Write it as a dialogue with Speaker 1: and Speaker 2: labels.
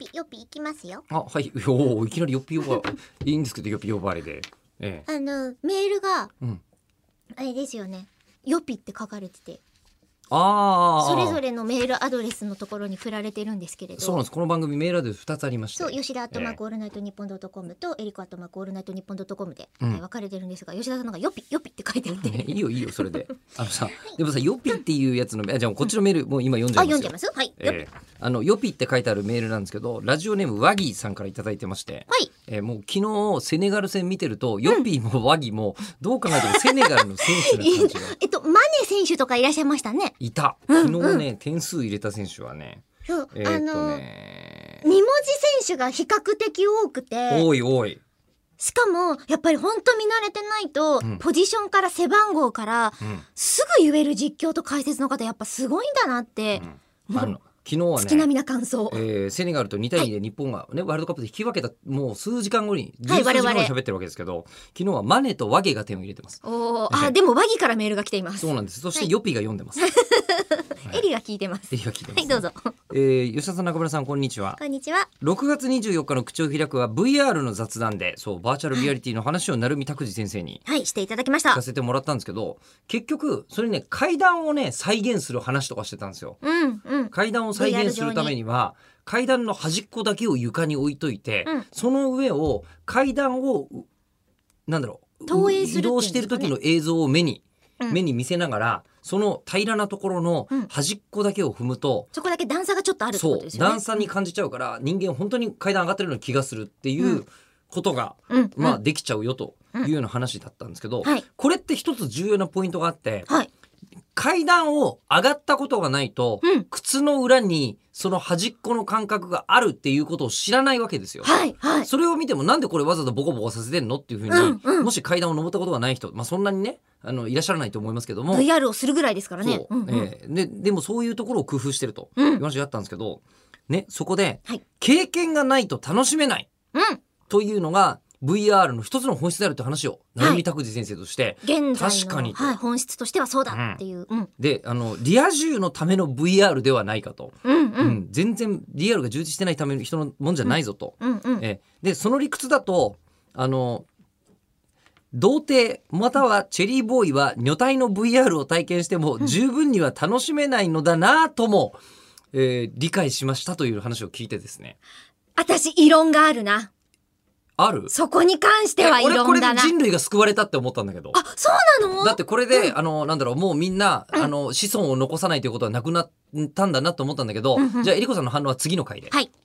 Speaker 1: よっぴいきますよ。
Speaker 2: はい。いきなりよっぴ呼ばいいんですけど、よっぴ呼ばれで。
Speaker 1: メールが、
Speaker 2: うん
Speaker 1: あれですよね。よっぴって書かれてて、
Speaker 2: ああ。
Speaker 1: それぞれのメールアドレスのところに振られてるんですけれど。
Speaker 2: そうなんです。この番組メールアドレス2つありまして。
Speaker 1: そう、吉田アットマークオールナイトニッポンドットコムとエリコアットマークオールナイトニッポンドットコムで、分かれてるんですが、吉田さんのがよっぴよっぴって書いてあって、
Speaker 2: いいよいいよそれで。さ、でもさ、よっぴっていうやつの、じゃあこっちのメールもう今読んじゃいますよ。
Speaker 1: 読んじゃいます。はい。
Speaker 2: よっぴって書いてあるメールなんですけど、ラジオネームワギーさんからいただいてまして、
Speaker 1: はい。
Speaker 2: もう昨日セネガル戦見てると、ヨッピーもワギーもどう考えてもセネガルの選手な感じが
Speaker 1: マネ選手とかいらっしゃいましたね。
Speaker 2: いた。昨日ね、点数入れた選手はね、
Speaker 1: そう、
Speaker 2: ね、
Speaker 1: 2文字選手が比較的多くて、
Speaker 2: 多い。
Speaker 1: しかもやっぱり本当見慣れてないと、ポジションから背番号から、すぐ言える実況と解説の方やっぱすごいんだなって、
Speaker 2: 昨日はね、
Speaker 1: 月並みな感想、
Speaker 2: セネガルと2対2で日本が、ね、ワールドカップで引き分けたもう数時間後に十数時間後に喋ってるわけですけど、昨日はマネとワゲが点を入れてます。
Speaker 1: でもワギからメールが来ています。
Speaker 2: そうなんです。そしてヨピが読んでます。
Speaker 1: エリが聞いてます。
Speaker 2: エリが聞いてます。
Speaker 1: はい、どうぞ。
Speaker 2: 吉田さん、中村さん、こんにちは。
Speaker 1: こんにちは。
Speaker 2: 6月24日の口を開くは VR の雑談で、そうバーチャルリアリティの話を成海拓司先生に
Speaker 1: していただきました。
Speaker 2: 聞かせてもらったんですけど、結局それね、階段をね再現する話とかしてたんですよ。階段を再現するためには階段の端っこだけを床に置いといて、その上を階段を移動してる時の映像を目に見せながら、その平らなところの端っこだけを踏むと、
Speaker 1: そこだけ段差がちょっとあるってことですよね。
Speaker 2: 段差に感じちゃうから人間本当に階段上がってるような気がするっていうことが、できちゃうよというような話だったんですけど、これって一つ重要なポイントがあって、階段を上がったことがないと、靴の裏にその端っこの感覚があるっていうことを知らないわけですよ。それを見てもなんでこれわざわざボコボコさせてんのっていうふうに、もし階段を登ったことがない人、そんなにねいらっしゃらないと思いますけども、
Speaker 1: VR をするぐらいですからね。
Speaker 2: でもそういうところを工夫してるという話があったんですけど、そこで、経験がないと楽しめない、というのがVR の一つの本質であるという話を成海拓司先生として、
Speaker 1: 現在の
Speaker 2: 確かに、
Speaker 1: 本質としてはそうだっていう、
Speaker 2: でリア充のための VR ではないかと、全然リアルが充実してないための人のもんじゃないぞと、でその理屈だと童貞またはチェリーボーイは女体の VR を体験しても十分には楽しめないのだなとも、理解しましたという話を聞いてですね、
Speaker 1: 私異論があるな。
Speaker 2: ある？
Speaker 1: そこに関しては異論だな。
Speaker 2: 俺これで人類が救われたって思ったんだけど。
Speaker 1: そうなの？
Speaker 2: だってこれで、もうみんな、子孫を残さないということはなくなったんだなと思ったんだけど、じゃあえりこさんの反応は次の回で。